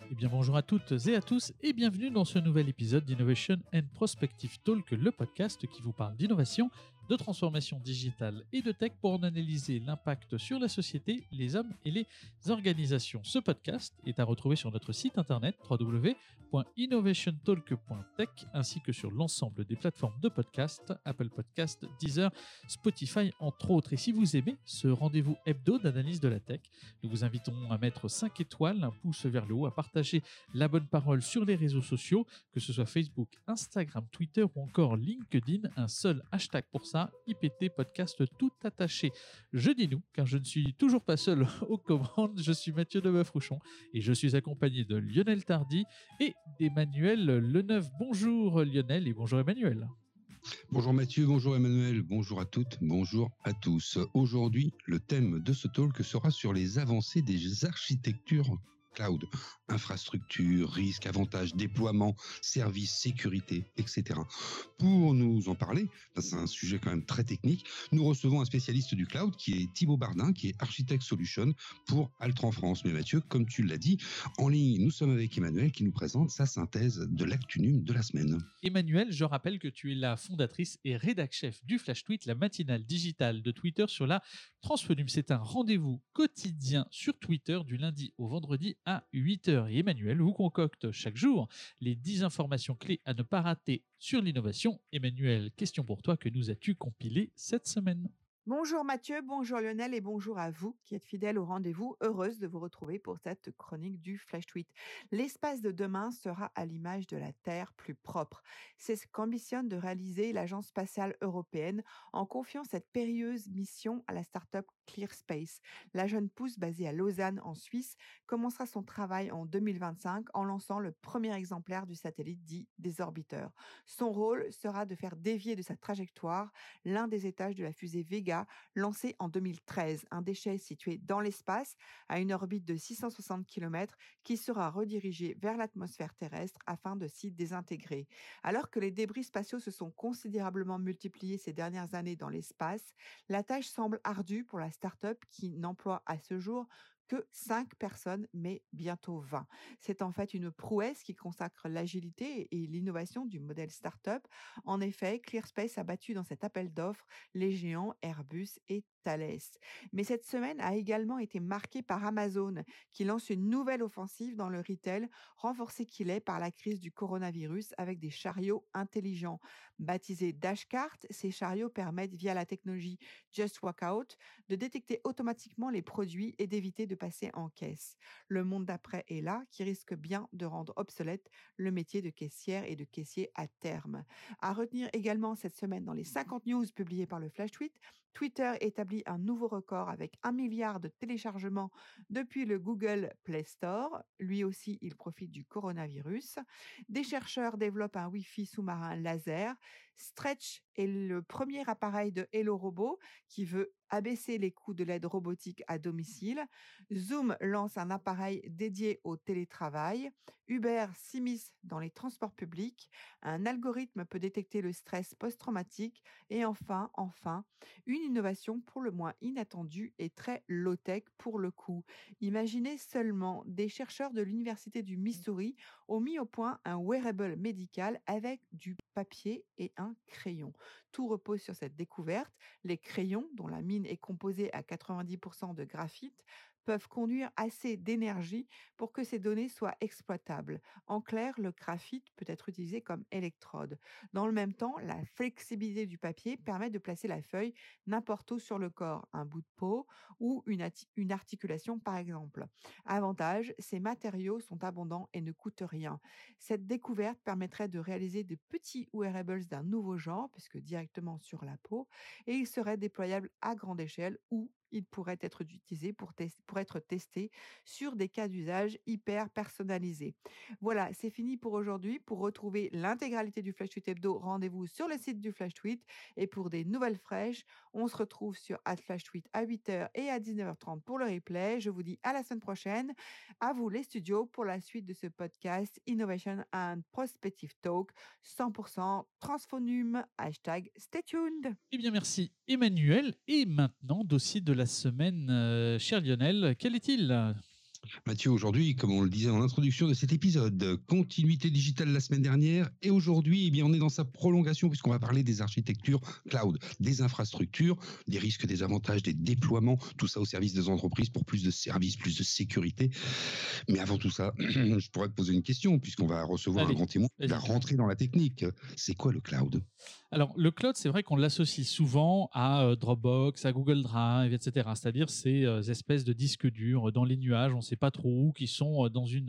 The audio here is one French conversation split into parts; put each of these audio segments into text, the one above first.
Eh bien bonjour à toutes et à tous et bienvenue dans ce nouvel épisode d'Innovation and Prospective Talk, le podcast qui vous parle d'innovation, de transformation digitale et de tech pour en analyser l'impact sur la société, les hommes et les organisations. Ce podcast est à retrouver sur notre site internet www.innovationtalk.tech ainsi que sur l'ensemble des plateformes de podcast, Apple Podcast, Deezer, Spotify entre autres. Et si vous aimez ce rendez-vous hebdo d'analyse de la tech, nous vous invitons à mettre 5 étoiles, un pouce vers le haut, à partager la bonne parole sur les réseaux sociaux, que ce soit Facebook, Instagram, Twitter ou encore LinkedIn. Un seul hashtag pour ça, IPT Podcast tout attaché. Je dis nous, car je ne suis toujours pas seul aux commandes. Je suis Mathieu Debeuf-Rouchon et je suis accompagné de Lionel Tardy et d'Emmanuel Leneuf. Bonjour Lionel et bonjour Emmanuel. Bonjour Mathieu, bonjour Emmanuel, bonjour à toutes, bonjour à tous. Aujourd'hui, le thème de ce talk sera sur les avancées des architectures cloud, infrastructure, risques, avantages, déploiement, services, sécurité, etc. Pour nous en parler, c'est un sujet quand même très technique, nous recevons un spécialiste du cloud qui est Thibaut Bardin, qui est architecte solution pour Altran France. Mais Mathieu, comme tu l'as dit, en ligne, nous sommes avec Emmanuel qui nous présente sa synthèse de l'actunum de la semaine. Emmanuel, je rappelle que tu es la fondatrice et rédac-chef du Flash Tweet, la matinale digitale de Twitter sur la Transfonum. C'est un rendez-vous quotidien sur Twitter du lundi au vendredi à 8h. Et Emmanuel vous concocte chaque jour les 10 informations clés à ne pas rater sur l'innovation. Emmanuel, question pour toi, que nous as-tu compilé cette semaine ? Bonjour Mathieu, bonjour Lionel et bonjour à vous qui êtes fidèles au rendez-vous. Heureuse de vous retrouver pour cette chronique du Flash Tweet. L'espace de demain sera à l'image de la Terre plus propre. C'est ce qu'ambitionne de réaliser l'Agence spatiale européenne en confiant cette périlleuse mission à la start-up ClearSpace. La jeune pousse basée à Lausanne en Suisse commencera son travail en 2025 en lançant le premier exemplaire du satellite dit des orbiteurs. Son rôle sera de faire dévier de sa trajectoire l'un des étages de la fusée Vega lancé en 2013, un déchet situé dans l'espace à une orbite de 660 km qui sera redirigé vers l'atmosphère terrestre afin de s'y désintégrer. Alors que les débris spatiaux se sont considérablement multipliés ces dernières années dans l'espace, la tâche semble ardue pour la start-up qui n'emploie à ce jour que 5 personnes, mais bientôt 20. C'est en fait une prouesse qui consacre l'agilité et l'innovation du modèle start-up. En effet, ClearSpace a battu dans cet appel d'offres les géants Airbus et Thales. Mais cette semaine a également été marquée par Amazon, qui lance une nouvelle offensive dans le retail, renforcé qu'il est par la crise du coronavirus avec des chariots intelligents. Baptisés Dashcart, ces chariots permettent, via la technologie Just Walk Out, de détecter automatiquement les produits et d'éviter de passer en caisse. Le monde d'après est là, qui risque bien de rendre obsolète le métier de caissière et de caissier à terme. À retenir également cette semaine dans les 50 news publiées par le Flash Tweet, Twitter établit un nouveau record avec 1 milliard de téléchargements depuis le Google Play Store. Lui aussi, il profite du coronavirus. Des chercheurs développent un Wi-Fi sous-marin laser. Stretch est le premier appareil de Hello Robot qui veut abaisser les coûts de l'aide robotique à domicile. Zoom lance un appareil dédié au télétravail. Uber s'immisce dans les transports publics. Un algorithme peut détecter le stress post-traumatique. Et enfin, une innovation pour le moins inattendue et très low-tech pour le coup. Imaginez seulement, des chercheurs de l'Université du Missouri ont mis au point un wearable médical avec du papier et un crayon. Tout repose sur cette découverte. Les crayons, dont la mine est composée à 90% de graphite, peuvent conduire assez d'énergie pour que ces données soient exploitables. En clair, le graphite peut être utilisé comme électrode. Dans le même temps, la flexibilité du papier permet de placer la feuille n'importe où sur le corps, un bout de peau ou une articulation par exemple. Avantage, ces matériaux sont abondants et ne coûtent rien. Cette découverte permettrait de réaliser de petits wearables d'un nouveau genre, puisque directement sur la peau, et ils seraient déployables à grande échelle ou il pourrait être utilisé pour être testé sur des cas d'usage hyper personnalisés. Voilà, c'est fini pour aujourd'hui. Pour retrouver l'intégralité du Flash Tweet Hebdo, rendez-vous sur le site du Flash Tweet. Et pour des nouvelles fraîches, on se retrouve sur @FlashTweet à 8h et à 19h30 pour le replay. Je vous dis à la semaine prochaine. À vous les studios pour la suite de ce podcast Innovation and Prospective Talk 100% Transfonum. #Stay tuned. Eh bien merci Emmanuel. Et maintenant, dossier de la semaine, cher Lionel, quel est-il ? Mathieu, aujourd'hui, comme on le disait en introduction de cet épisode, continuité digitale la semaine dernière, et aujourd'hui, eh bien, on est dans sa prolongation puisqu'on va parler des architectures cloud, des infrastructures, des risques, des avantages, des déploiements, tout ça au service des entreprises pour plus de services, plus de sécurité. Mais avant tout ça, je pourrais te poser une question puisqu'on va recevoir un Allez, grand témoin qui va vas-y. rentrer dans la technique. C'est quoi le cloud? Alors, le cloud, c'est vrai qu'on l'associe souvent à Dropbox, à Google Drive, etc. C'est-à-dire ces espèces de disques durs dans les nuages, on ne sait pas trop où, qui sont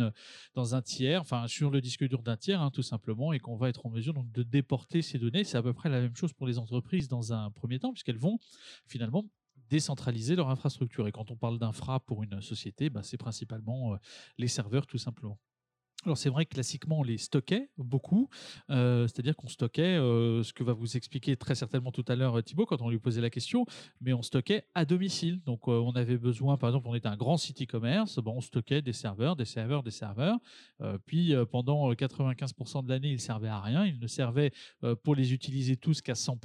dans un tiers, enfin sur le disque dur d'un tiers, hein, tout simplement, et qu'on va être en mesure donc, de déporter ces données. C'est à peu près la même chose pour les entreprises dans un premier temps, puisqu'elles vont finalement décentraliser leur infrastructure. Et quand on parle d'infra pour une société, bah, c'est principalement les serveurs, tout simplement. Alors c'est vrai que classiquement on les stockait beaucoup, c'est-à-dire qu'on stockait, ce que va vous expliquer très certainement tout à l'heure, Thibaut quand on lui posait la question, mais on stockait à domicile. Donc, on avait besoin par exemple, on était un grand site e-commerce, bon, on stockait des serveurs, des serveurs, des serveurs, puis, pendant, 95 de l'année, ils servaient à rien. Ils ne servaient, pour les utiliser tous qu'à 100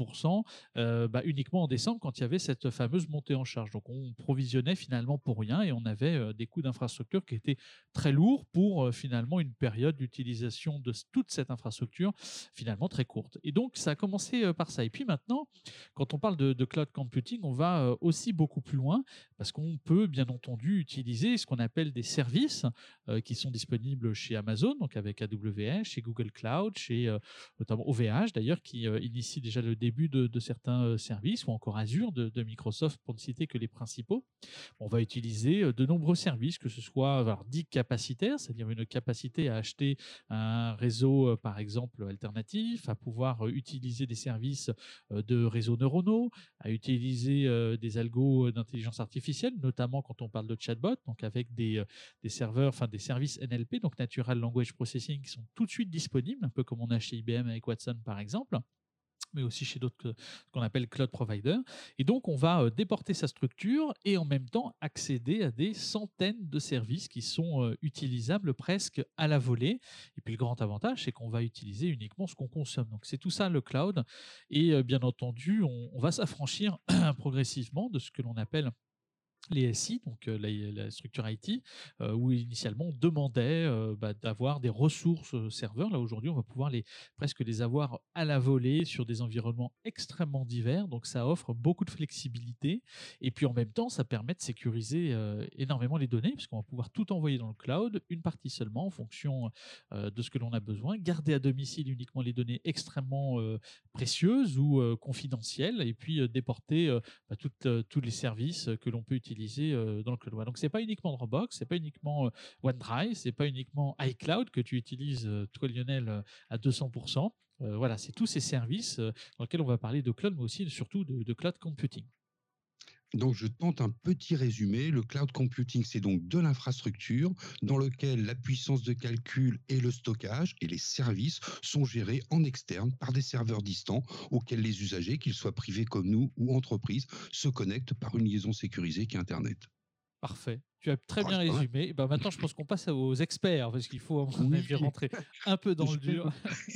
bah, uniquement en décembre quand il y avait cette fameuse montée en charge. Donc on provisionnait finalement pour rien et on avait, des coûts d'infrastructure qui étaient très lourd pour finalement une période d'utilisation de toute cette infrastructure finalement très courte. Et donc ça a commencé par ça. Et puis maintenant, quand on parle de cloud computing, on va aussi beaucoup plus loin parce qu'on peut bien entendu utiliser ce qu'on appelle des services qui sont disponibles chez Amazon, donc avec AWS, chez Google Cloud, chez notamment OVH d'ailleurs, qui initie déjà le début de certains services, ou encore Azure de Microsoft, pour ne citer que les principaux. On va utiliser de nombreux services, que ce soit alors, dits capacitaires, c'est-à-dire une capacité à acheter un réseau, par exemple, alternatif, à pouvoir utiliser des services de réseaux neuronaux, à utiliser des algos d'intelligence artificielle, notamment quand on parle de chatbot, donc avec des serveurs, enfin des services NLP, donc Natural Language Processing, qui sont tout de suite disponibles, un peu comme on a chez IBM avec Watson, par exemple, mais aussi chez d'autres ce qu'on appelle cloud provider. Et donc, on va déporter sa structure et en même temps accéder à des centaines de services qui sont utilisables presque à la volée. Et puis, le grand avantage, c'est qu'on va utiliser uniquement ce qu'on consomme. Donc, c'est tout ça le cloud. Et bien entendu, on va s'affranchir progressivement de ce que l'on appelle les SI, donc la structure IT, où initialement on demandait bah, d'avoir des ressources serveurs. Là aujourd'hui, on va pouvoir presque les avoir à la volée sur des environnements extrêmement divers. Donc ça offre beaucoup de flexibilité. Et puis en même temps, ça permet de sécuriser énormément les données, puisqu'on va pouvoir tout envoyer dans le cloud, une partie seulement en fonction de ce que l'on a besoin, garder à domicile uniquement les données extrêmement précieuses ou confidentielles, et puis déporter bah, tous les services que l'on peut utiliser dans le cloud. Donc c'est pas uniquement Dropbox, c'est pas uniquement OneDrive, c'est pas uniquement iCloud que tu utilises toi Lionel à 200%. Voilà, c'est tous ces services dans lesquels on va parler de cloud, mais aussi surtout de cloud computing. Donc, je tente un petit résumé. Le cloud computing, c'est donc de l'infrastructure dans lequel la puissance de calcul et le stockage et les services sont gérés en externe par des serveurs distants auxquels les usagers, qu'ils soient privés comme nous ou entreprises, se connectent par une liaison sécurisée qui est Internet. Parfait. Tu as très Oh, bien c'est pas mal. résumé. Et ben maintenant, je pense qu'on passe aux experts parce qu'il faut, à mon Oui, avis, rentrer un peu dans le dur.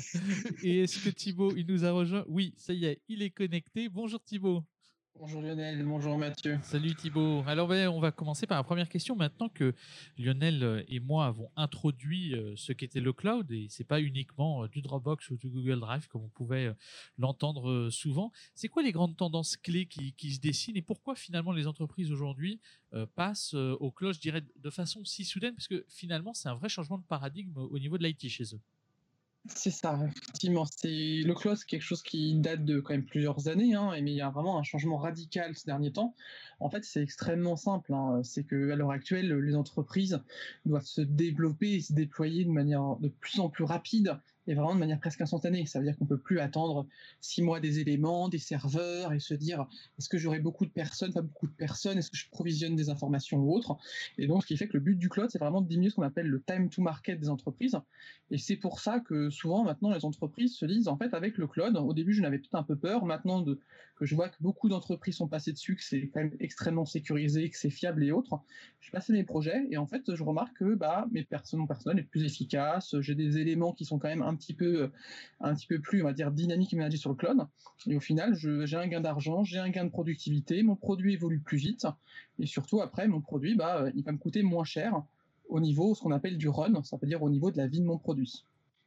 Et est-ce que Thibaut, il nous a rejoint? Oui, ça y est, il est connecté. Bonjour Thibaut. Bonjour Lionel, bonjour Mathieu. Salut Thibaut. Alors ben, on va commencer par la première question. Maintenant que Lionel et moi avons introduit ce qu'était le cloud, et c'est pas uniquement du Dropbox ou du Google Drive comme on pouvait l'entendre souvent, c'est quoi les grandes tendances clés qui se dessinent et pourquoi finalement les entreprises aujourd'hui passent au cloud, je dirais, de façon si soudaine, parce que finalement c'est un vrai changement de paradigme au niveau de l'IT chez eux. C'est ça, effectivement. Le cloud, c'est quelque chose qui date de quand même plusieurs années, hein, mais il y a vraiment un changement radical ces derniers temps. En fait, c'est extrêmement simple, hein. C'est qu'à l'heure actuelle, les entreprises doivent se développer et se déployer de manière de plus en plus rapide et vraiment de manière presque instantanée. Ça veut dire qu'on ne peut plus attendre 6 mois des éléments, des serveurs et se dire est-ce que j'aurai beaucoup de personnes, pas beaucoup de personnes, est-ce que je provisionne des informations ou autre. Et donc, ce qui fait que le but du cloud, c'est vraiment de diminuer ce qu'on appelle le time to market des entreprises. Et c'est pour ça que souvent, maintenant, les entreprises se disent, en fait, avec le cloud, au début, je n'avais peut-être un peu peur. Maintenant, que je vois que beaucoup d'entreprises sont passées dessus, que c'est quand même extrêmement sécurisé, que c'est fiable et autres, je passais mes projets et en fait, je remarque que mon personnel est plus efficace. J'ai des éléments qui sont quand même un petit peu plus, on va dire, dynamiques et managés sur le cloud. Et au final, j'ai un gain d'argent, j'ai un gain de productivité, mon produit évolue plus vite et surtout, après, mon produit, il va me coûter moins cher au niveau, ce qu'on appelle du run, ça veut dire au niveau de la vie de mon produit.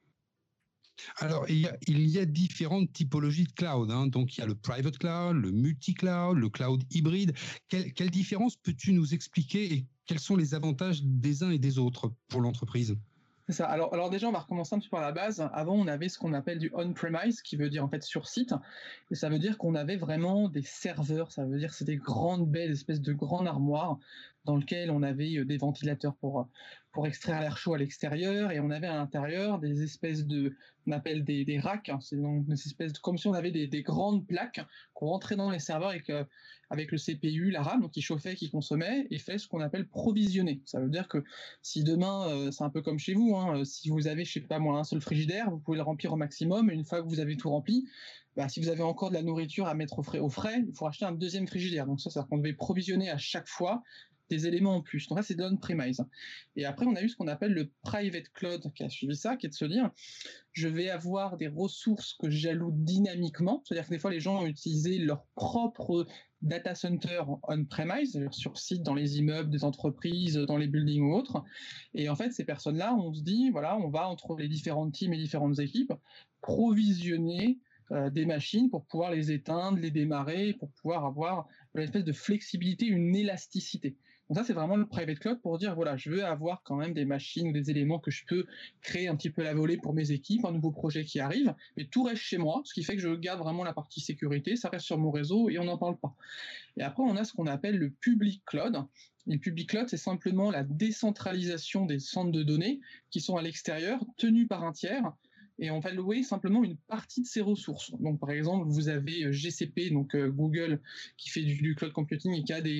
Alors, il y a différentes typologies de cloud, hein. Donc, il y a le private cloud, le multi-cloud, le cloud hybride. Quelle différence peux-tu nous expliquer et quels sont les avantages des uns et des autres pour l'entreprise? C'est ça. Alors déjà, on va recommencer un petit peu par la base. Avant, on avait ce qu'on appelle du on-premise, qui veut dire en fait sur site. Et ça veut dire qu'on avait vraiment des serveurs. Ça veut dire que c'est des grandes, belles espèces de grandes armoires dans lesquelles on avait des ventilateurs pour extraire l'air chaud à l'extérieur. Et on avait à l'intérieur des espèces on appelle des racks. Hein. C'est donc des espèces comme si on avait des grandes plaques qu'on rentrait dans les serveurs avec le CPU, la RAM, donc qui chauffait, qui consommait, et fait ce qu'on appelle provisionner. Ça veut dire que si demain, c'est un peu comme chez vous, hein, si vous avez, je sais pas moi, un seul frigidaire, vous pouvez le remplir au maximum, et une fois que vous avez tout rempli, si vous avez encore de la nourriture à mettre au frais, il faut acheter un deuxième frigidaire. Donc ça veut dire qu'on devait provisionner à chaque fois des éléments en plus. Donc ça, c'est de l'on-premise. Et après, on a eu ce qu'on appelle le private cloud qui a suivi ça, qui est de se dire, je vais avoir des ressources que j'alloue dynamiquement. C'est-à-dire que des fois, les gens ont utilisé leur propre data center on-premise, c'est-à-dire sur site, dans les immeubles des entreprises, dans les buildings ou autres. Et en fait, ces personnes-là, on se dit, voilà, on va, entre les différentes teams et différentes équipes, provisionner des machines pour pouvoir les éteindre, les démarrer, pour pouvoir avoir une espèce de flexibilité, une élasticité. Donc ça, c'est vraiment le private cloud pour dire, voilà, je veux avoir quand même des machines ou des éléments que je peux créer un petit peu à la volée pour mes équipes, un nouveau projet qui arrive, mais tout reste chez moi, ce qui fait que je garde vraiment la partie sécurité, ça reste sur mon réseau et on n'en parle pas. Et après, on a ce qu'on appelle le public cloud. Et le public cloud, c'est simplement la décentralisation des centres de données qui sont à l'extérieur, tenus par un tiers, et on va louer simplement une partie de ces ressources. Donc, par exemple, vous avez GCP, donc Google, qui fait du cloud computing et qui a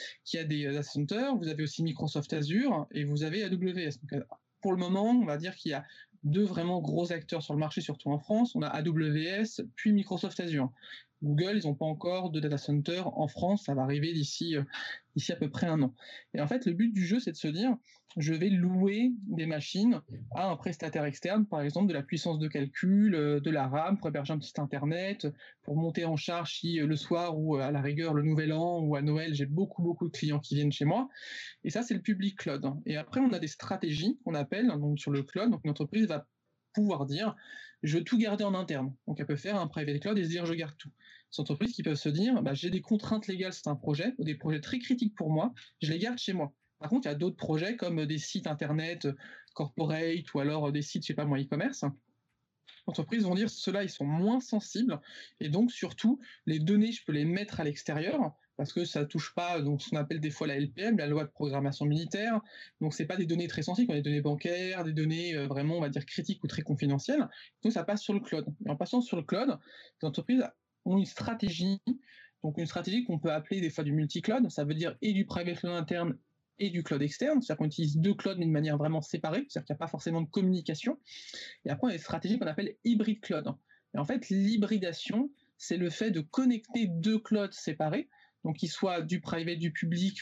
des data centers. Vous avez aussi Microsoft Azure et vous avez AWS. Donc, pour le moment, on va dire qu'il y a deux vraiment gros acteurs sur le marché, surtout en France. On a AWS, puis Microsoft Azure. Google, ils n'ont pas encore de data center en France, ça va arriver d'ici à peu près un an. Et en fait, le but du jeu, c'est de se dire, je vais louer des machines à un prestataire externe, par exemple de la puissance de calcul, de la RAM, pour héberger un petit internet, pour monter en charge si le soir ou à la rigueur le nouvel an ou à Noël, j'ai beaucoup de clients qui viennent chez moi. Et ça, c'est le public cloud. Et après, on a des stratégies qu'on appelle, donc sur le cloud, donc une entreprise va pouvoir dire, je veux tout garder en interne. Donc elle peut faire un private cloud et se dire, je garde tout. Ces entreprises qui peuvent se dire, j'ai des contraintes légales, c'est un projet, ou des projets très critiques pour moi, je les garde chez moi. Par contre, il y a d'autres projets comme des sites internet corporate ou alors des sites, je sais pas moi, e-commerce. Les entreprises vont dire, ceux-là, ils sont moins sensibles et donc surtout, les données, je peux les mettre à l'extérieur parce que ça touche pas donc ce qu'on appelle des fois la LPM, la loi de programmation militaire. Donc c'est pas des données très sensibles, des données bancaires, des données vraiment, on va dire critiques ou très confidentielles. Donc ça passe sur le cloud. Et en passant sur le cloud, les entreprises ont une stratégie. Donc une stratégie qu'on peut appeler des fois du multi-cloud, ça veut dire et du private cloud interne et du cloud externe, c'est-à-dire qu'on utilise deux clouds mais de manière vraiment séparée, c'est-à-dire qu'il n'y a pas forcément de communication. Et après, on a des stratégies qu'on appelle hybrid cloud. Et en fait, l'hybridation, c'est le fait de connecter deux clouds séparés, donc qu'ils soient du private du public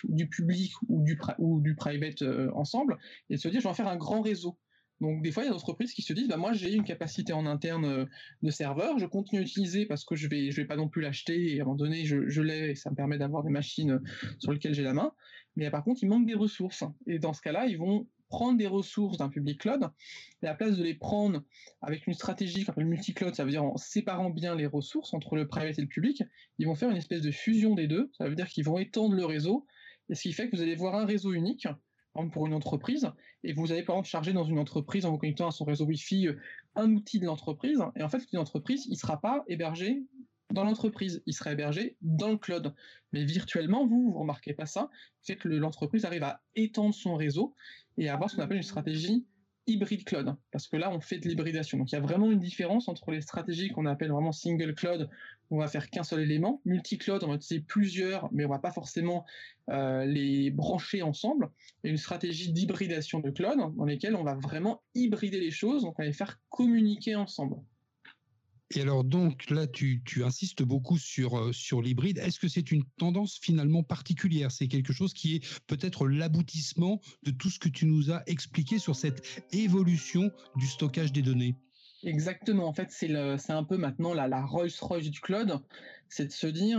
ou du private ensemble, et de se dire, je vais en faire un grand réseau. Donc des fois, il y a des entreprises qui se disent, moi j'ai une capacité en interne de serveur, je continue à utiliser parce que je vais pas non plus l'acheter, et à un moment donné, je l'ai, et ça me permet d'avoir des machines sur lesquelles j'ai la main. Mais par contre, il manque des ressources. Et dans ce cas-là, ils vont prendre des ressources d'un public cloud, et à la place de les prendre avec une stratégie qu'on appelle multi-cloud, ça veut dire en séparant bien les ressources entre le private et le public, ils vont faire une espèce de fusion des deux, ça veut dire qu'ils vont étendre le réseau, et ce qui fait que vous allez voir un réseau unique, par exemple pour une entreprise, et vous allez par exemple charger dans une entreprise en vous connectant à son réseau Wi-Fi un outil de l'entreprise, et en fait l'outil d'entreprise, il ne sera pas hébergé dans l'entreprise, il sera hébergé dans le cloud. Mais virtuellement, vous remarquez pas ça, c'est que l'entreprise arrive à étendre son réseau et à avoir ce qu'on appelle une stratégie hybride cloud, parce que là, on fait de l'hybridation. Donc, il y a vraiment une différence entre les stratégies qu'on appelle vraiment single cloud, où on va faire qu'un seul élément, multi-cloud, on va utiliser plusieurs, mais on va pas forcément les brancher ensemble, et une stratégie d'hybridation de cloud, dans lesquelles on va vraiment hybrider les choses, donc on va les faire communiquer ensemble. Et alors donc là, tu insistes beaucoup sur l'hybride. Est-ce que c'est une tendance finalement particulière? C'est quelque chose qui est peut-être l'aboutissement de tout ce que tu nous as expliqué sur cette évolution du stockage des données? Exactement. En fait, c'est un peu maintenant la Rolls-Royce du cloud. C'est de se dire,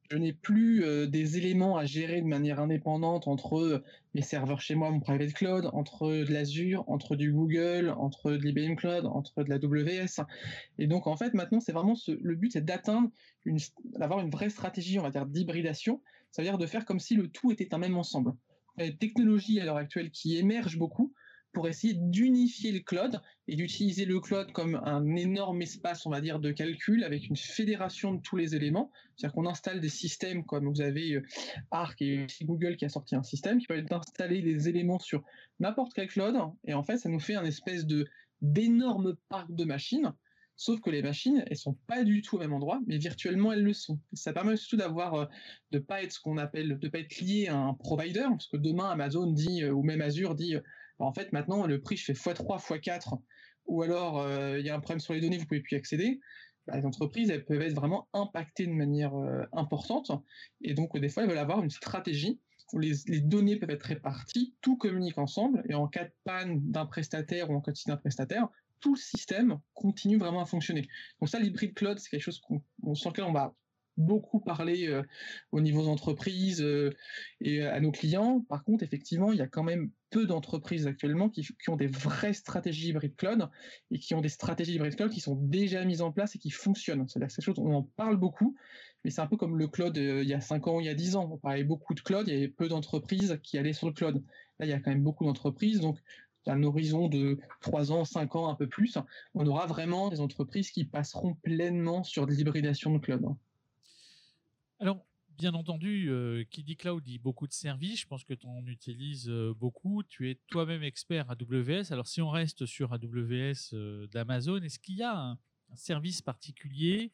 Je n'ai plus des éléments à gérer de manière indépendante entre mes serveurs chez moi, mon private cloud, entre de l'Azure, entre du Google, entre de l'IBM Cloud, entre de la AWS. Et donc, en fait, maintenant, c'est vraiment le but, c'est d'avoir une vraie stratégie, on va dire, d'hybridation. Ça veut dire de faire comme si le tout était un même ensemble. Il y a des technologies à l'heure actuelle qui émergent beaucoup pour essayer d'unifier le cloud et d'utiliser le cloud comme un énorme espace, on va dire, de calcul avec une fédération de tous les éléments. C'est-à-dire qu'on installe des systèmes comme vous avez Arc et aussi Google qui a sorti un système qui permet d'installer des éléments sur n'importe quel cloud. Et en fait, ça nous fait un espèce d'énorme parc de machines. Sauf que les machines, elles sont pas du tout au même endroit, mais virtuellement elles le sont. Ça permet surtout de pas être de pas être lié à un provider, parce que demain Amazon dit ou même Azure dit, en fait maintenant le prix je fais x3, x4, ou alors il y a un problème sur les données, vous pouvez plus y accéder. Les entreprises elles peuvent être vraiment impactées de manière importante, et donc des fois elles veulent avoir une stratégie où les données peuvent être réparties, tout communique ensemble, et en cas de panne d'un prestataire ou en cas d'un prestataire, tout le système continue vraiment à fonctionner. Donc ça, l'hybrid cloud, c'est quelque chose sur lequel on va beaucoup parler au niveau des entreprises et à nos clients. Par contre, effectivement, il y a quand même peu d'entreprises actuellement qui ont des vraies stratégies hybrid cloud et qui ont des stratégies hybrid cloud qui sont déjà mises en place et qui fonctionnent. C'est-à-dire que c'est quelque chose, on en parle beaucoup, mais c'est un peu comme le cloud il y a 5 ans, il y a 10 ans. On parlait beaucoup de cloud, il y avait peu d'entreprises qui allaient sur le cloud. Là, il y a quand même beaucoup d'entreprises, donc à un horizon de 3 ans, 5 ans, un peu plus, on aura vraiment des entreprises qui passeront pleinement sur de l'hybridation de cloud. Alors, bien entendu, qui dit cloud dit beaucoup de services. Je pense que tu en utilises beaucoup. Tu es toi-même expert AWS. Alors, si on reste sur AWS d'Amazon, est-ce qu'il y a un service particulier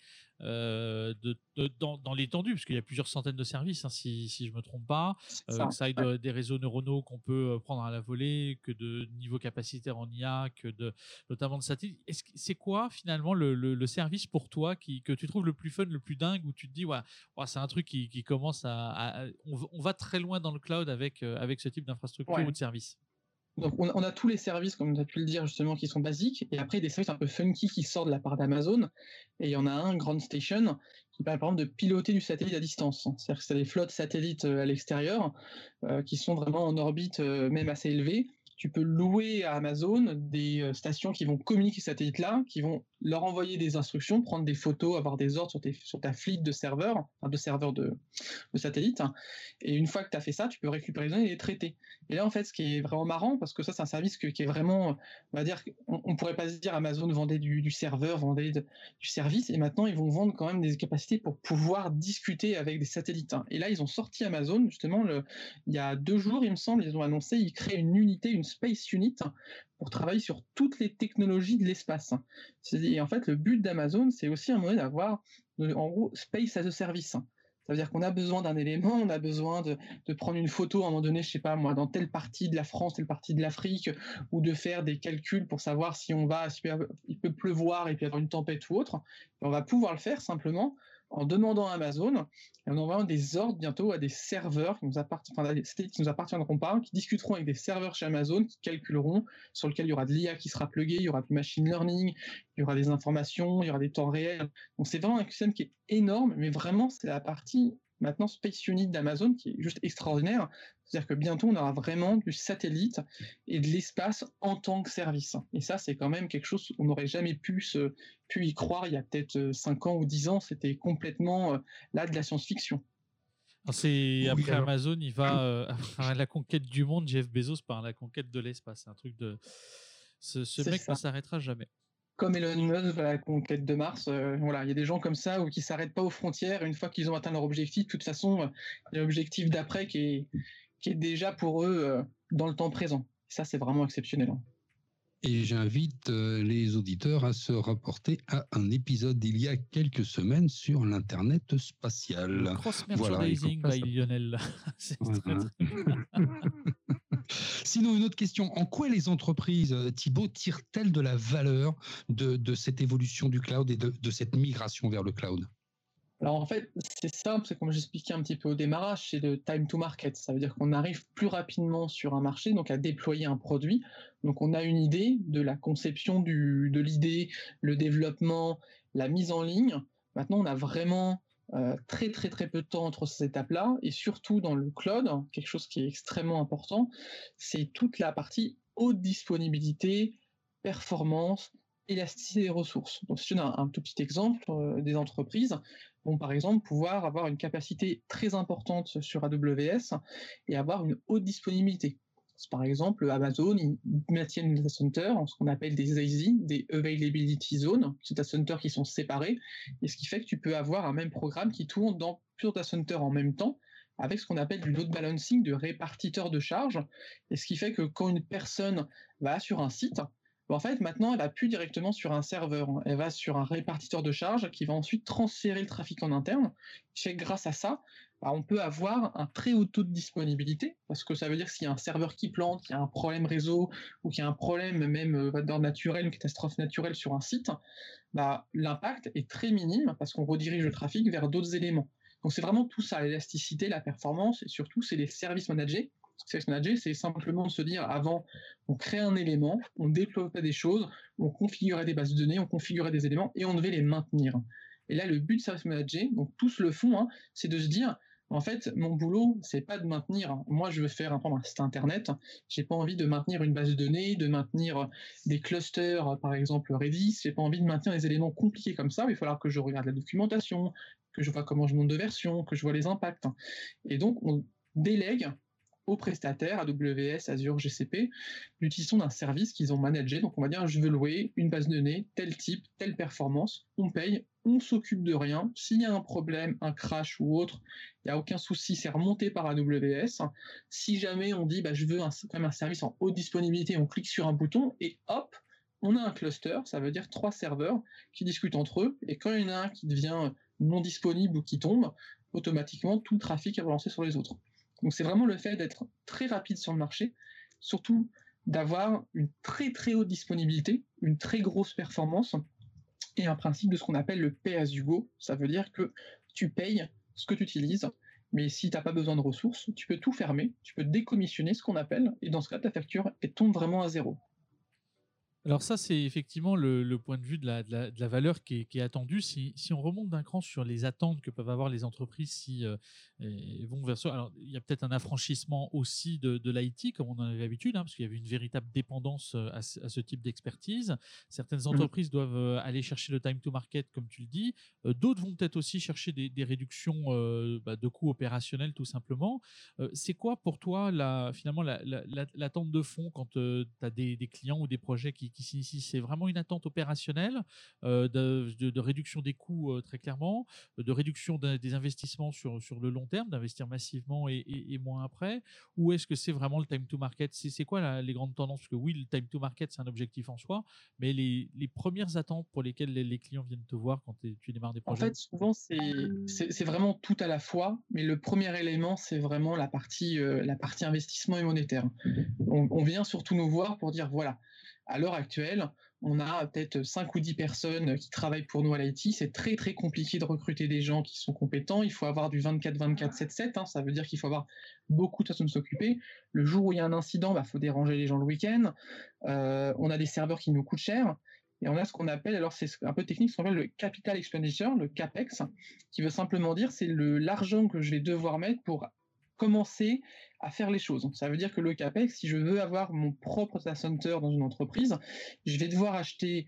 dans l'étendue, parce qu'il y a plusieurs centaines de services, hein, si je ne me trompe pas, que ça aille des réseaux neuronaux qu'on peut prendre à la volée, que de niveau capacitaire en IA, notamment de satellites. C'est quoi finalement le service pour toi que tu trouves le plus fun, le plus dingue, où tu te dis ouais, c'est un truc qui commence on va très loin dans le cloud avec ce type d'infrastructure ou de service? Donc on a tous les services, comme tu as pu le dire justement, qui sont basiques, et après des services un peu funky qui sortent de la part d'Amazon, et il y en a un, Ground Station, qui permet par exemple de piloter du satellite à distance. C'est-à-dire que c'est des flottes satellites à l'extérieur, qui sont vraiment en orbite même assez élevée. Tu peux louer à Amazon des stations qui vont communiquer ces satellites-là, qui vont leur envoyer des instructions, prendre des photos, avoir des ordres sur ta fleet de serveurs, de satellites. Et une fois que tu as fait ça, tu peux récupérer les données et les traiter. Et là, en fait, ce qui est vraiment marrant, parce que ça, c'est un service qui est vraiment, on va dire, on pourrait pas se dire Amazon vendait du serveur, vendait du service, et maintenant, ils vont vendre quand même des capacités pour pouvoir discuter avec des satellites. Et là, ils ont sorti Amazon, justement, il y a 2 jours, il me semble, ils ont annoncé, ils créent une unité, une Space Unit, pour travailler sur toutes les technologies de l'espace. Et en fait, le but d'Amazon, c'est aussi un moyen d'avoir, en gros, Space as a Service. Ça veut dire qu'on a besoin d'un élément, on a besoin de prendre une photo à un moment donné, je sais pas moi, dans telle partie de la France, telle partie de l'Afrique, ou de faire des calculs pour savoir s'il peut pleuvoir et puis avoir une tempête ou autre. Et on va pouvoir le faire simplement en demandant à Amazon et en envoyant des ordres bientôt à des serveurs des satellites qui nous appartiendront pas, qui discuteront avec des serveurs chez Amazon, qui calculeront, sur lequel il y aura de l'IA qui sera pluguée, il y aura du machine learning, il y aura des informations, il y aura des temps réels. Donc c'est vraiment un système qui est énorme, mais vraiment c'est la partie maintenant Space Unit d'Amazon qui est juste extraordinaire. C'est-à-dire que bientôt on aura vraiment du satellite et de l'espace en tant que service. Et ça, c'est quand même quelque chose qu'on n'aurait jamais pu y croire il y a peut-être 5 ans ou 10 ans. C'était complètement là de la science-fiction. Après Amazon, il va à la conquête du monde, Jeff Bezos par la conquête de l'espace. C'est un truc de... Ce mec ne s'arrêtera jamais. Comme Elon Musk à la conquête de Mars, il y a des gens comme ça qui ne s'arrêtent pas aux frontières. Une fois qu'ils ont atteint leur objectif, de toute façon, il y a l'objectif d'après qui est déjà pour eux dans le temps présent. Ça, c'est vraiment exceptionnel. Et j'invite les auditeurs à se rapporter à un épisode d'il y a quelques semaines sur l'Internet spatial. Cross-merchandising by Lionel. C'est très... Sinon, une autre question. En quoi les entreprises, Thibaut, tirent-elles de la valeur de cette évolution du cloud et de cette migration vers le cloud ? Alors en fait, c'est simple, c'est comme j'expliquais un petit peu au démarrage, c'est le time to market. Ça veut dire qu'on arrive plus rapidement sur un marché, donc à déployer un produit. Donc on a une idée de la conception de l'idée, le développement, la mise en ligne. Maintenant, on a vraiment très très très peu de temps entre ces étapes-là, et surtout dans le cloud, quelque chose qui est extrêmement important, c'est toute la partie haute disponibilité, performance, élasticité des ressources. Donc si je donne un tout petit exemple, des entreprises vont par exemple pouvoir avoir une capacité très importante sur AWS et avoir une haute disponibilité. Par exemple, Amazon, ils maintiennent des data centers, ce qu'on appelle des AZ, des Availability Zones, ces data centers qui sont séparés, et ce qui fait que tu peux avoir un même programme qui tourne dans plusieurs data centers en même temps, avec ce qu'on appelle du load balancing, de répartiteur de charge, et ce qui fait que quand une personne va sur un site, en fait, maintenant, elle va plus directement sur un serveur, elle va sur un répartiteur de charge qui va ensuite transférer le trafic en interne, qui fait que grâce à ça, on peut avoir un très haut taux de disponibilité, parce que ça veut dire que s'il y a un serveur qui plante, qu'il y a un problème réseau, ou qu'il y a un problème même d'ordre naturel, une catastrophe naturelle sur un site, l'impact est très minime, parce qu'on redirige le trafic vers d'autres éléments. Donc c'est vraiment tout ça, l'élasticité, la performance, et surtout c'est les services managés. Service manager, c'est simplement de se dire, avant, on crée un élément, on développait des choses, on configurait des bases de données, on configurait des éléments, et on devait les maintenir. Et là, le but de Service Manager, donc tous le font, c'est de se dire, en fait, mon boulot, c'est pas de maintenir. Moi, je veux faire un site internet. J'ai pas envie de maintenir une base de données, de maintenir des clusters, par exemple Redis. J'ai pas envie de maintenir des éléments compliqués comme ça. Il va falloir que je regarde la documentation, que je vois comment je monte de version, que je vois les impacts. Et donc, on délègue aux prestataires, AWS, Azure, GCP, l'utilisation d'un service qu'ils ont managé. Donc on va dire, je veux louer une base de données, tel type, telle performance, on paye, on s'occupe de rien. S'il y a un problème, un crash ou autre, il n'y a aucun souci, c'est remonté par AWS. Si jamais on dit, je veux quand même un service en haute disponibilité, on clique sur un bouton et hop, on a un cluster, ça veut dire 3 serveurs qui discutent entre eux, et quand il y en a un qui devient non disponible ou qui tombe, automatiquement, tout le trafic est relancé sur les autres. Donc c'est vraiment le fait d'être très rapide sur le marché, surtout d'avoir une très très haute disponibilité, une très grosse performance, et un principe de ce qu'on appelle le pay as you go. Ça veut dire que tu payes ce que tu utilises, mais si tu n'as pas besoin de ressources, tu peux tout fermer, tu peux décommissionner ce qu'on appelle, et dans ce cas, ta facture tombe vraiment à zéro. Alors ça, c'est effectivement le point de vue de la valeur qui est attendue. Si on remonte d'un cran sur les attentes que peuvent avoir les entreprises si elles vont vers ça, alors il y a peut-être un affranchissement aussi de l'IT, comme on en avait l'habitude, parce qu'il y avait une véritable dépendance à ce type d'expertise. Certaines entreprises doivent aller chercher le time to market, comme tu le dis. D'autres vont peut-être aussi chercher des réductions de coûts opérationnels, tout simplement. C'est quoi pour toi, finalement, l'attente de fond quand tu as des clients ou des projets qui s'initient? C'est vraiment une attente opérationnelle, de réduction des coûts, très clairement, de réduction des investissements sur le long terme, d'investir massivement et moins après, ou est-ce que c'est vraiment le time to market? C'est quoi les grandes tendances? Parce que oui, le time to market, c'est un objectif en soi, mais les premières attentes pour lesquelles les clients viennent te voir quand tu démarres des projets? En fait, souvent, c'est vraiment tout à la fois, mais le premier élément, c'est vraiment la partie investissement et monétaire. On vient surtout nous voir pour dire, voilà, à l'heure actuelle, on a peut-être 5 ou 10 personnes qui travaillent pour nous à l'IT. C'est très, très compliqué de recruter des gens qui sont compétents. Il faut avoir du 24-24, 7-7. Ça veut dire qu'il faut avoir beaucoup de personnes s'occuper. Le jour où il y a un incident, faut déranger les gens le week-end. On a des serveurs qui nous coûtent cher. Et on a ce qu'on appelle, alors c'est un peu technique, ce qu'on appelle le capital expenditure, le CAPEX, qui veut simplement dire c'est l'argent que je vais devoir mettre pour commencer à faire les choses. Ça veut dire que le CAPEX, si je veux avoir mon propre data center dans une entreprise, je vais devoir acheter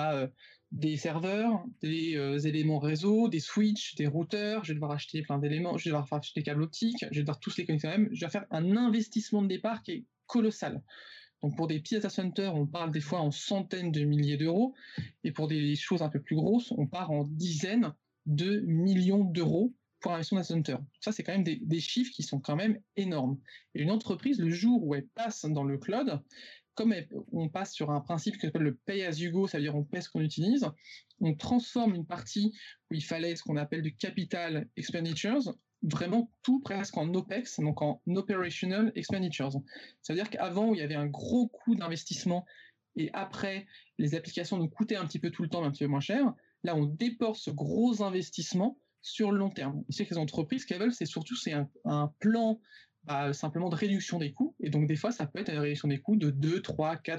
des serveurs, des éléments réseau, des switches, des routeurs, je vais devoir acheter plein d'éléments, je vais devoir acheter des câbles optiques, je vais devoir tous les connecter quand même, je vais faire un investissement de départ qui est colossal. Donc pour des petits data centers, on parle des fois en centaines de milliers d'euros, et pour des choses un peu plus grosses, on part en dizaines de millions d'euros pour investir dans un data center. Ça, c'est quand même des chiffres qui sont quand même énormes. Et une entreprise, le jour où elle passe dans le cloud, comme on passe sur un principe qui s'appelle le pay as you go, ça veut dire on paie ce qu'on utilise, on transforme une partie où il fallait ce qu'on appelle du capital expenditures, vraiment tout presque en OPEX, donc en Operational Expenditures. Ça veut dire qu'avant, il y avait un gros coût d'investissement, et après, les applications nous coûtaient un petit peu tout le temps, mais un petit peu moins cher. Là, on déporte ce gros investissement sur le long terme. Et c'est que les entreprises, ce qu'elles veulent, c'est un plan simplement de réduction des coûts. Et donc, des fois, ça peut être une réduction des coûts de 2, 3, 4 ou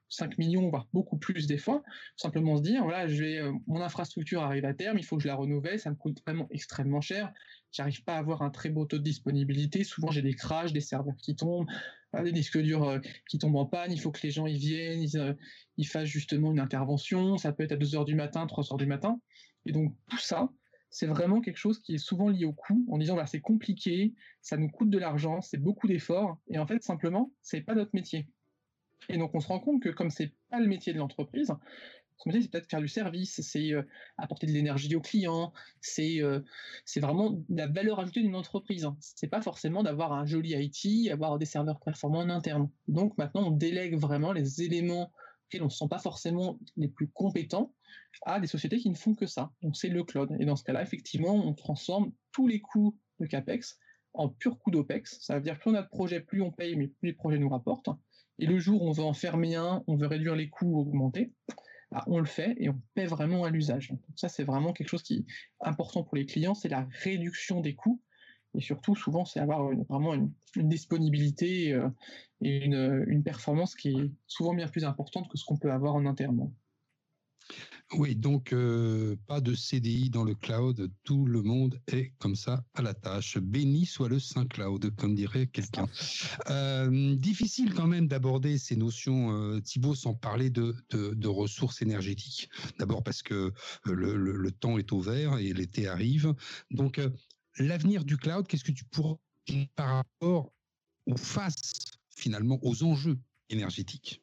5 millions, voire beaucoup plus des fois, simplement se dire, voilà, mon infrastructure arrive à terme, il faut que je la renouvelle, ça me coûte vraiment extrêmement cher, j'arrive pas à avoir un très beau taux de disponibilité, souvent j'ai des crashs, des serveurs qui tombent, des disques durs qui tombent en panne, il faut que les gens y viennent, ils fassent justement une intervention, ça peut être à 2h du matin, 3h du matin, et donc tout ça, c'est vraiment quelque chose qui est souvent lié au coût, en disant, c'est compliqué, ça nous coûte de l'argent, c'est beaucoup d'efforts, et en fait, simplement, c'est pas notre métier. Et donc, on se rend compte que comme c'est pas le métier de l'entreprise, son métier, c'est peut-être faire du service, c'est apporter de l'énergie aux clients, c'est vraiment la valeur ajoutée d'une entreprise. C'est pas forcément d'avoir un joli IT, avoir des serveurs performants en interne. Donc, maintenant, on délègue vraiment les éléments auxquels on ne se sent pas forcément les plus compétents à des sociétés qui ne font que ça. Donc, c'est le cloud. Et dans ce cas-là, effectivement, on transforme tous les coûts de CAPEX en purs coûts d'OPEX. Ça veut dire que plus on a de projets, plus on paye, mais plus les projets nous rapportent. Et le jour où on veut en fermer un, on veut réduire les coûts ou augmenter, on le fait et on paie vraiment à l'usage. Donc ça, c'est vraiment quelque chose qui est important pour les clients, c'est la réduction des coûts. Et surtout, souvent, c'est avoir vraiment une disponibilité et une performance qui est souvent bien plus importante que ce qu'on peut avoir en interne. Oui, donc pas de CDI dans le cloud, tout le monde est comme ça à la tâche. Béni soit le Saint Cloud, comme dirait quelqu'un. Difficile quand même d'aborder ces notions, Thibaut, sans parler de ressources énergétiques. D'abord parce que le temps est au vert et l'été arrive. Donc, l'avenir du cloud, qu'est-ce que tu pourrais dire par rapport finalement aux enjeux énergétiques?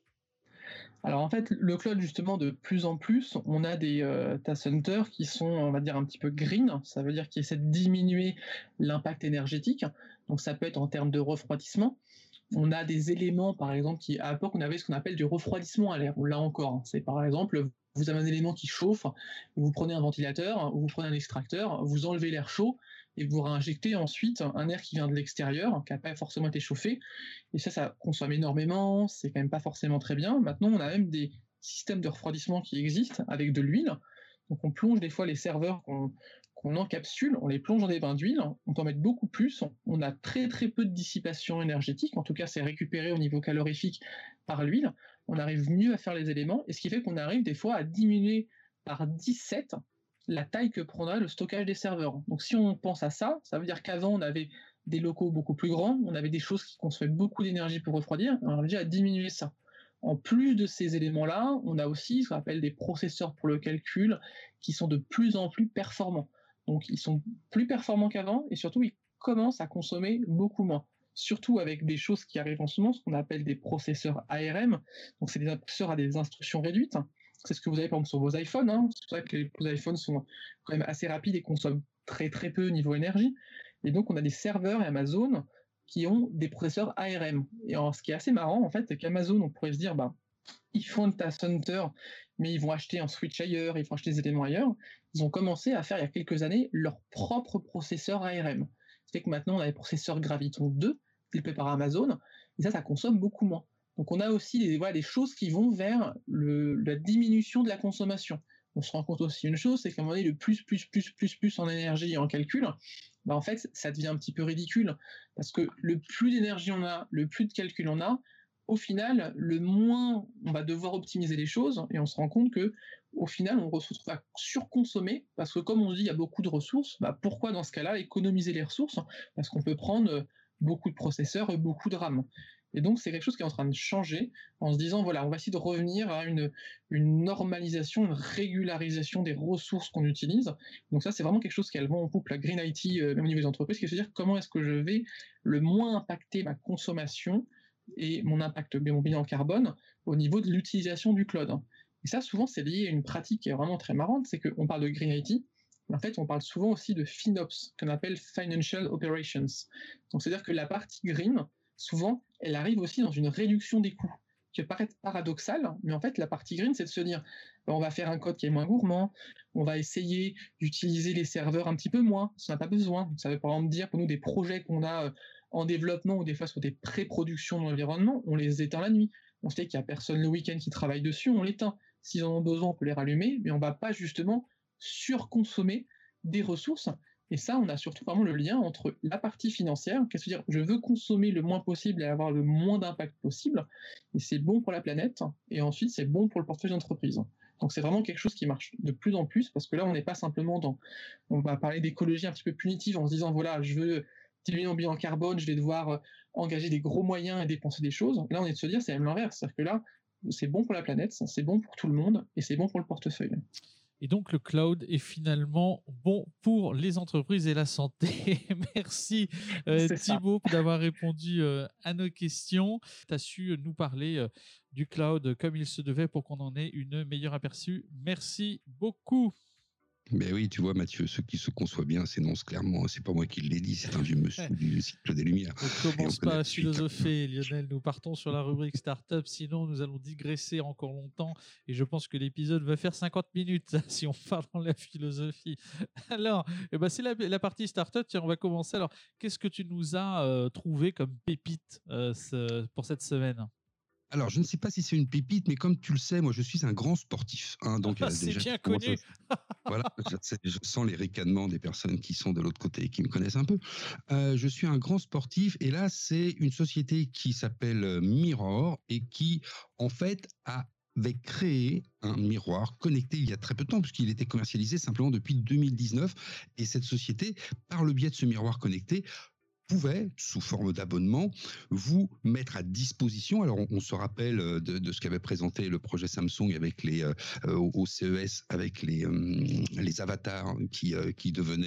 Alors en fait, le cloud, justement, de plus en plus, on a des data centers qui sont, on va dire, un petit peu green, ça veut dire qu'ils essaient de diminuer l'impact énergétique, donc ça peut être en termes de refroidissement. On a des éléments, par exemple, à l'époque, on avait ce qu'on appelle du refroidissement à l'air, là encore, c'est par exemple, vous avez un élément qui chauffe, vous prenez un ventilateur, vous prenez un extracteur, vous enlevez l'air chaud, et vous réinjectez ensuite un air qui vient de l'extérieur, qui n'a pas forcément été chauffé, et ça consomme énormément, c'est quand même pas forcément très bien. Maintenant, on a même des systèmes de refroidissement qui existent avec de l'huile, donc on plonge des fois les serveurs qu'on encapsule, on les plonge dans des bains d'huile, on peut en mettre beaucoup plus, on a très très peu de dissipation énergétique, en tout cas c'est récupéré au niveau calorifique par l'huile, on arrive mieux à faire les éléments, et ce qui fait qu'on arrive des fois à diminuer par 17 la taille que prendra le stockage des serveurs. Donc si on pense à ça, ça veut dire qu'avant on avait des locaux beaucoup plus grands, on avait des choses qui consommaient beaucoup d'énergie pour refroidir, on arrive déjà à diminuer ça. En plus de ces éléments-là, on a aussi ce qu'on appelle des processeurs pour le calcul qui sont de plus en plus performants. Donc ils sont plus performants qu'avant et surtout ils commencent à consommer beaucoup moins. Surtout avec des choses qui arrivent en ce moment, ce qu'on appelle des processeurs ARM. Donc c'est des processeurs à des instructions réduites. C'est ce que vous avez par exemple sur vos iPhones. C'est vrai que les iPhones sont quand même assez rapides et consomment très très peu au niveau énergie. Et donc on a des serveurs et Amazon qui ont des processeurs ARM. Et alors, ce qui est assez marrant en fait, c'est qu'Amazon, on pourrait se dire, ils font un data center, mais ils vont acheter un switch ailleurs, ils vont acheter des éléments ailleurs. Ils ont commencé à faire il y a quelques années leur propre processeur ARM. C'est que maintenant on a des processeurs Graviton 2 développés par Amazon, et ça consomme beaucoup moins. Donc on a aussi des choses qui vont vers la diminution de la consommation. On se rend compte aussi une chose, c'est qu'à un moment donné, le plus en énergie et en calcul, en fait, ça devient un petit peu ridicule. Parce que le plus d'énergie on a, le plus de calcul on a, au final, le moins on va devoir optimiser les choses, et on se rend compte que au final, on se retrouve à surconsommer, parce que comme on dit, il y a beaucoup de ressources, pourquoi dans ce cas-là économiser les ressources? Parce qu'on peut prendre beaucoup de processeurs et beaucoup de RAM. Et donc, c'est quelque chose qui est en train de changer en se disant, voilà, on va essayer de revenir à une normalisation, une régularisation des ressources qu'on utilise. Donc ça, c'est vraiment quelque chose qui est en couple la Green IT, même au niveau des entreprises, qui est de se dire comment est-ce que je vais le moins impacter ma consommation et mon bilan carbone au niveau de l'utilisation du cloud. Et ça, souvent, c'est lié à une pratique qui est vraiment très marrante, c'est qu'on parle de Green IT, mais en fait, on parle souvent aussi de FinOps, qu'on appelle Financial Operations. Donc, c'est-à-dire que la partie green, souvent, elle arrive aussi dans une réduction des coûts, qui peut paraître paradoxal, mais en fait, la partie green, c'est de se dire, on va faire un code qui est moins gourmand, on va essayer d'utiliser les serveurs un petit peu moins, si on n'a pas besoin. Ça veut par exemple dire, pour nous, des projets qu'on a en développement ou des fois sur des pré-productions dans l'environnement, on les éteint la nuit. On sait qu'il n'y a personne le week-end qui travaille dessus, on l'éteint. S'ils en ont besoin, on peut les rallumer, mais on ne va pas justement surconsommer des ressources Et ça, on a surtout vraiment le lien entre la partie financière, qu'est-ce que dire, je veux consommer le moins possible et avoir le moins d'impact possible, et c'est bon pour la planète, et ensuite c'est bon pour le portefeuille d'entreprise. Donc c'est vraiment quelque chose qui marche de plus en plus, parce que là on n'est pas simplement on va parler d'écologie un petit peu punitive en se disant voilà, je veux diminuer mon bilan carbone, je vais devoir engager des gros moyens et dépenser des choses. Là on est de se dire c'est même l'inverse, c'est-à-dire que là c'est bon pour la planète, c'est bon pour tout le monde, et c'est bon pour le portefeuille. Et donc, le cloud est finalement bon pour les entreprises et la santé. Merci C'est ça. Thibaut d'avoir répondu à nos questions. Tu as su nous parler du cloud comme il se devait pour qu'on en ait une meilleure aperçu. Merci beaucoup. Mais oui, tu vois, Mathieu, ceux qui se conçoivent bien s'énoncent clairement. C'est pas moi qui l'ai dit, c'est un vieux monsieur du cycle des Lumières. On ne commence pas à philosopher, Lionel. Nous partons sur la rubrique Startup. Sinon, nous allons digresser encore longtemps. Et je pense que l'épisode va faire 50 minutes si on parle dans la philosophie. Alors, c'est la partie Startup. Tiens, on va commencer. Alors, qu'est-ce que tu nous as trouvé comme pépite pour cette semaine? Alors, je ne sais pas si c'est une pépite, mais comme tu le sais, moi, je suis un grand sportif. Donc, c'est déjà, bien connu. Voilà, je sens les ricanements des personnes qui sont de l'autre côté et qui me connaissent un peu. Je suis un grand sportif et là, c'est une société qui s'appelle Mirror et qui, en fait, avait créé un miroir connecté il y a très peu de temps, puisqu'il était commercialisé simplement depuis 2019. Et cette société, par le biais de ce miroir connecté, pouvait, sous forme d'abonnement, vous mettre à disposition. Alors, on se rappelle de ce qu'avait présenté le projet Samsung avec au CES, avec les avatars qui devenaient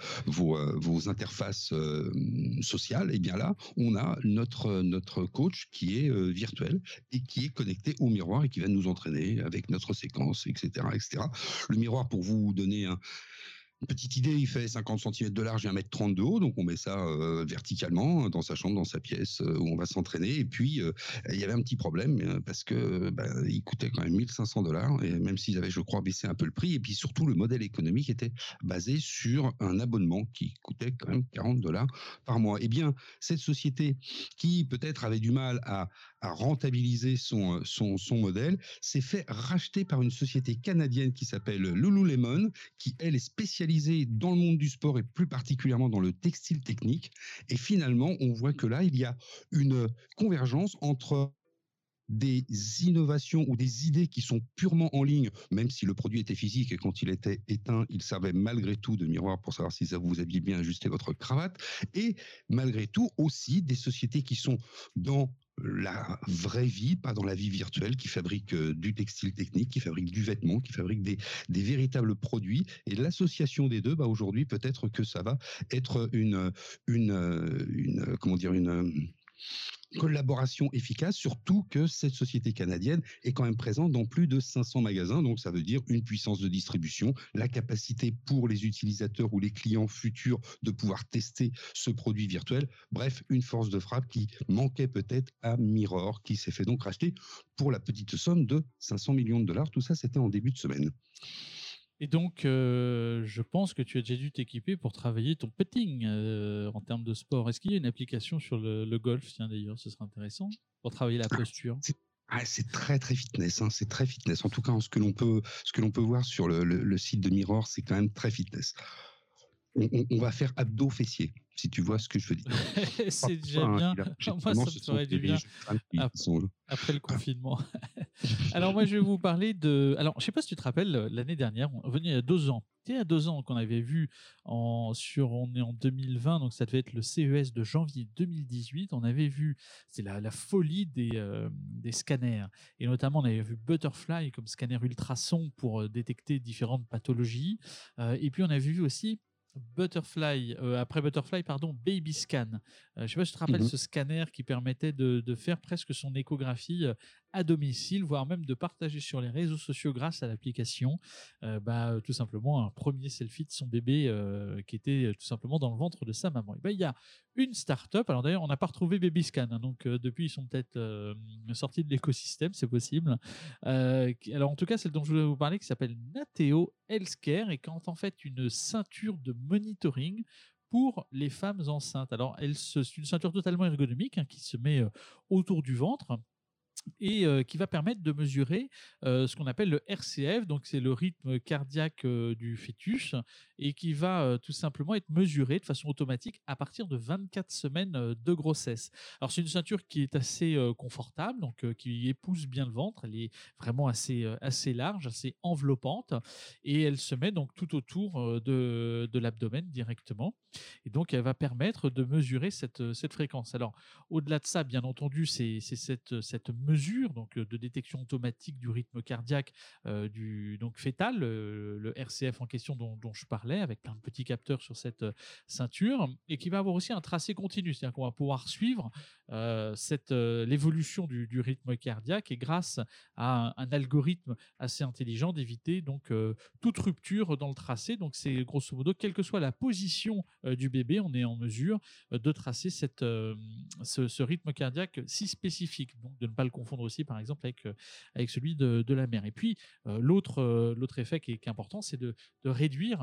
vos interfaces sociales. Et bien là, on a notre coach qui est virtuel et qui est connecté au miroir et qui va nous entraîner avec notre séquence, etc., etc. Le miroir, pour vous donner une petite idée, il fait 50 cm de large et 1,30 m de haut, donc on met ça verticalement dans sa chambre, dans sa pièce où on va s'entraîner. Et puis, il y avait un petit problème parce que il coûtait quand même $1 500, et même s'ils avaient, je crois, baissé un peu le prix. Et puis surtout, le modèle économique était basé sur un abonnement qui coûtait quand même $40 par mois. Eh bien, cette société qui peut-être avait du mal à rentabiliser son modèle s'est fait racheter par une société canadienne qui s'appelle Lululemon, qui, elle, est spécialisée dans le monde du sport et plus particulièrement dans le textile technique. Et finalement, on voit que là, il y a une convergence entre des innovations ou des idées qui sont purement en ligne, même si le produit était physique et quand il était éteint, il servait malgré tout de miroir pour savoir si vous aviez bien ajusté votre cravate, et malgré tout aussi des sociétés qui sont dans la vraie vie, pas dans la vie virtuelle, qui fabriquent du textile technique, qui fabriquent du vêtement, qui fabriquent des véritables produits. Et l'association des deux, aujourd'hui, peut-être que ça va être une collaboration efficace, surtout que cette société canadienne est quand même présente dans plus de 500 magasins, donc ça veut dire une puissance de distribution, la capacité pour les utilisateurs ou les clients futurs de pouvoir tester ce produit virtuel, bref, une force de frappe qui manquait peut-être à Mirror, qui s'est fait donc racheter pour la petite somme de $500 millions. Tout ça, c'était en début de semaine. Et donc, je pense que tu as déjà dû t'équiper pour travailler ton putting en termes de sport. Est-ce qu'il y a une application sur le golf? Tiens, d'ailleurs, ce serait intéressant pour travailler la posture. C'est très très fitness, c'est très fitness. En tout cas, ce que l'on peut voir sur le site de Mirror, c'est quand même très fitness. On va faire abdos fessiers, si tu vois ce que je veux dire. C'est déjà bien. Moi, ça me ferait du bien après le confinement. Alors, moi, je vais vous parler de... Alors, je ne sais pas si tu te rappelles, l'année dernière, on venait il y a 2 ans. C'était il y a 2 ans qu'on avait vu, on est en 2020, donc ça devait être le CES de janvier 2018. On avait vu, c'est la folie des scanners. Et notamment, on avait vu Butterfly comme scanner ultrason pour détecter différentes pathologies. Et puis, on avait vu aussi après Butterfly, Baby Scan. Je ne sais pas si tu te rappelles ce scanner qui permettait de faire presque son échographie à domicile, voire même de partager sur les réseaux sociaux grâce à l'application tout simplement un premier selfie de son bébé qui était tout simplement dans le ventre de sa maman. Il y a une start-up, alors d'ailleurs on n'a pas retrouvé Baby Scan, donc depuis ils sont peut-être sortis de l'écosystème, c'est possible. Alors en tout cas celle dont je voulais vous parler qui s'appelle Nateo Healthcare et quand en fait une ceinture de monitoring pour les femmes enceintes. Alors c'est une ceinture totalement ergonomique qui se met autour du ventre et qui va permettre de mesurer ce qu'on appelle le RCF, donc c'est le rythme cardiaque du fœtus, et qui va tout simplement être mesuré de façon automatique à partir de 24 semaines de grossesse. Alors c'est une ceinture qui est assez confortable, donc qui épouse bien le ventre, elle est vraiment assez large, assez enveloppante, et elle se met donc tout autour de l'abdomen directement, et donc elle va permettre de mesurer cette fréquence. Alors au-delà de ça, bien entendu, c'est cette mesure donc, de détection automatique du rythme cardiaque donc fœtal, le RCF en question dont je parlais, avec plein de petits capteurs sur cette ceinture, et qui va avoir aussi un tracé continu, c'est-à-dire qu'on va pouvoir suivre l'évolution du rythme cardiaque, et grâce à un algorithme assez intelligent d'éviter donc toute rupture dans le tracé. Donc c'est grosso modo, quelle que soit la position du bébé, on est en mesure de tracer ce rythme cardiaque si spécifique, donc de ne pas le confondre aussi par exemple avec celui de la mère. Et puis l'autre effet qui est important, c'est de réduire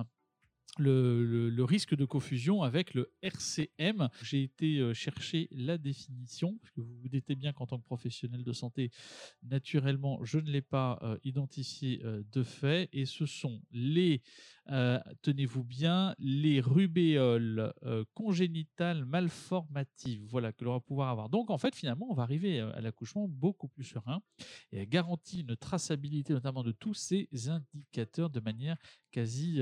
le risque de confusion avec le RCM. J'ai été chercher la définition, parce que vous vous doutez bien qu'en tant que professionnel de santé, naturellement, je ne l'ai pas identifié de fait, et ce sont tenez-vous bien, les rubéoles congénitales malformatives, voilà, que l'on va pouvoir avoir. Donc en fait, finalement, on va arriver à l'accouchement beaucoup plus serein, et elle garantit une traçabilité notamment de tous ces indicateurs de manière quasi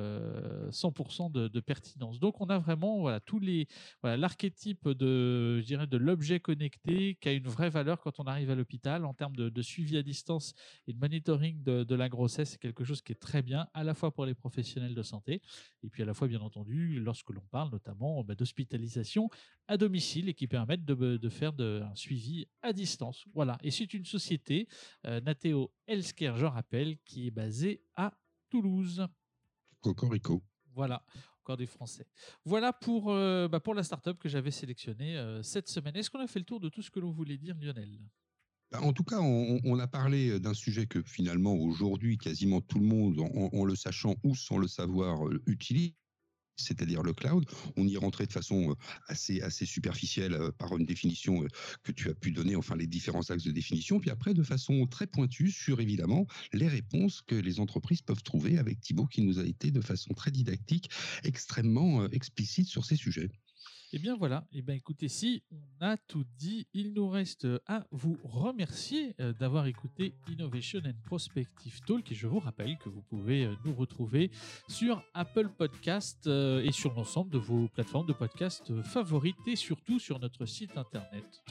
100% de pertinence. Donc on a vraiment l'archétype je dirais, de l'objet connecté qui a une vraie valeur quand on arrive à l'hôpital en termes de suivi à distance et de monitoring de la grossesse. C'est quelque chose qui est très bien, à la fois pour les professionnels de santé, et puis à la fois, bien entendu, lorsque l'on parle notamment d'hospitalisation à domicile, et qui permettent de faire un suivi à distance. Voilà, et c'est une société, Nateo Healthcare, je rappelle, qui est basée à Toulouse. Cocorico. Voilà, encore des Français. Voilà pour la start-up que j'avais sélectionnée cette semaine. Est-ce qu'on a fait le tour de tout ce que l'on voulait dire, Lionel ? En tout cas, on a parlé d'un sujet que finalement aujourd'hui quasiment tout le monde, en le sachant ou sans le savoir, utilise, c'est-à-dire le cloud. On y est rentré de façon assez superficielle par une définition que tu as pu donner, enfin les différents axes de définition, puis après de façon très pointue sur évidemment les réponses que les entreprises peuvent trouver, avec Thibaut qui nous a été de façon très didactique, extrêmement explicite sur ces sujets. Eh bien voilà, écoutez, si on a tout dit, il nous reste à vous remercier d'avoir écouté Innovation and Prospective Talk, et je vous rappelle que vous pouvez nous retrouver sur Apple Podcast et sur l'ensemble de vos plateformes de podcast favorites, et surtout sur notre site internet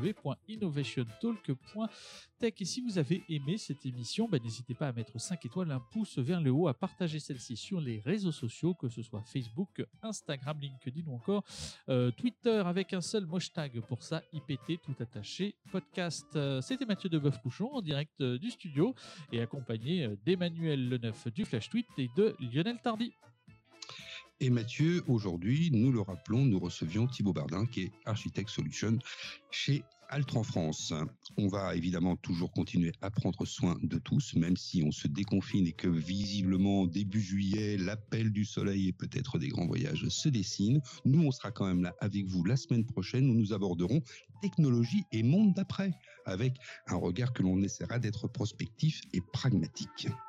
www.innovationtalk.tech. Et si vous avez aimé cette émission, n'hésitez pas à mettre 5 étoiles, un pouce vers le haut, à partager celle-ci sur les réseaux sociaux, que ce soit Facebook, Instagram, LinkedIn ou encore Twitter, avec un seul hashtag pour ça, IPT tout attaché podcast. C'était Mathieu Deboeuf-Couchon en direct du studio, et accompagné d'Emmanuel Leneuf du Flash Tweet et de Lionel Tardy. Et Mathieu, aujourd'hui, nous le rappelons, nous recevions Thibaut Bardin, qui est Architect Solution chez Altran France. On va évidemment toujours continuer à prendre soin de tous, même si on se déconfine et que visiblement début juillet, l'appel du soleil et peut-être des grands voyages se dessinent. Nous, on sera quand même là avec vous la semaine prochaine, où nous aborderons technologie et monde d'après, avec un regard que l'on essaiera d'être prospectif et pragmatique.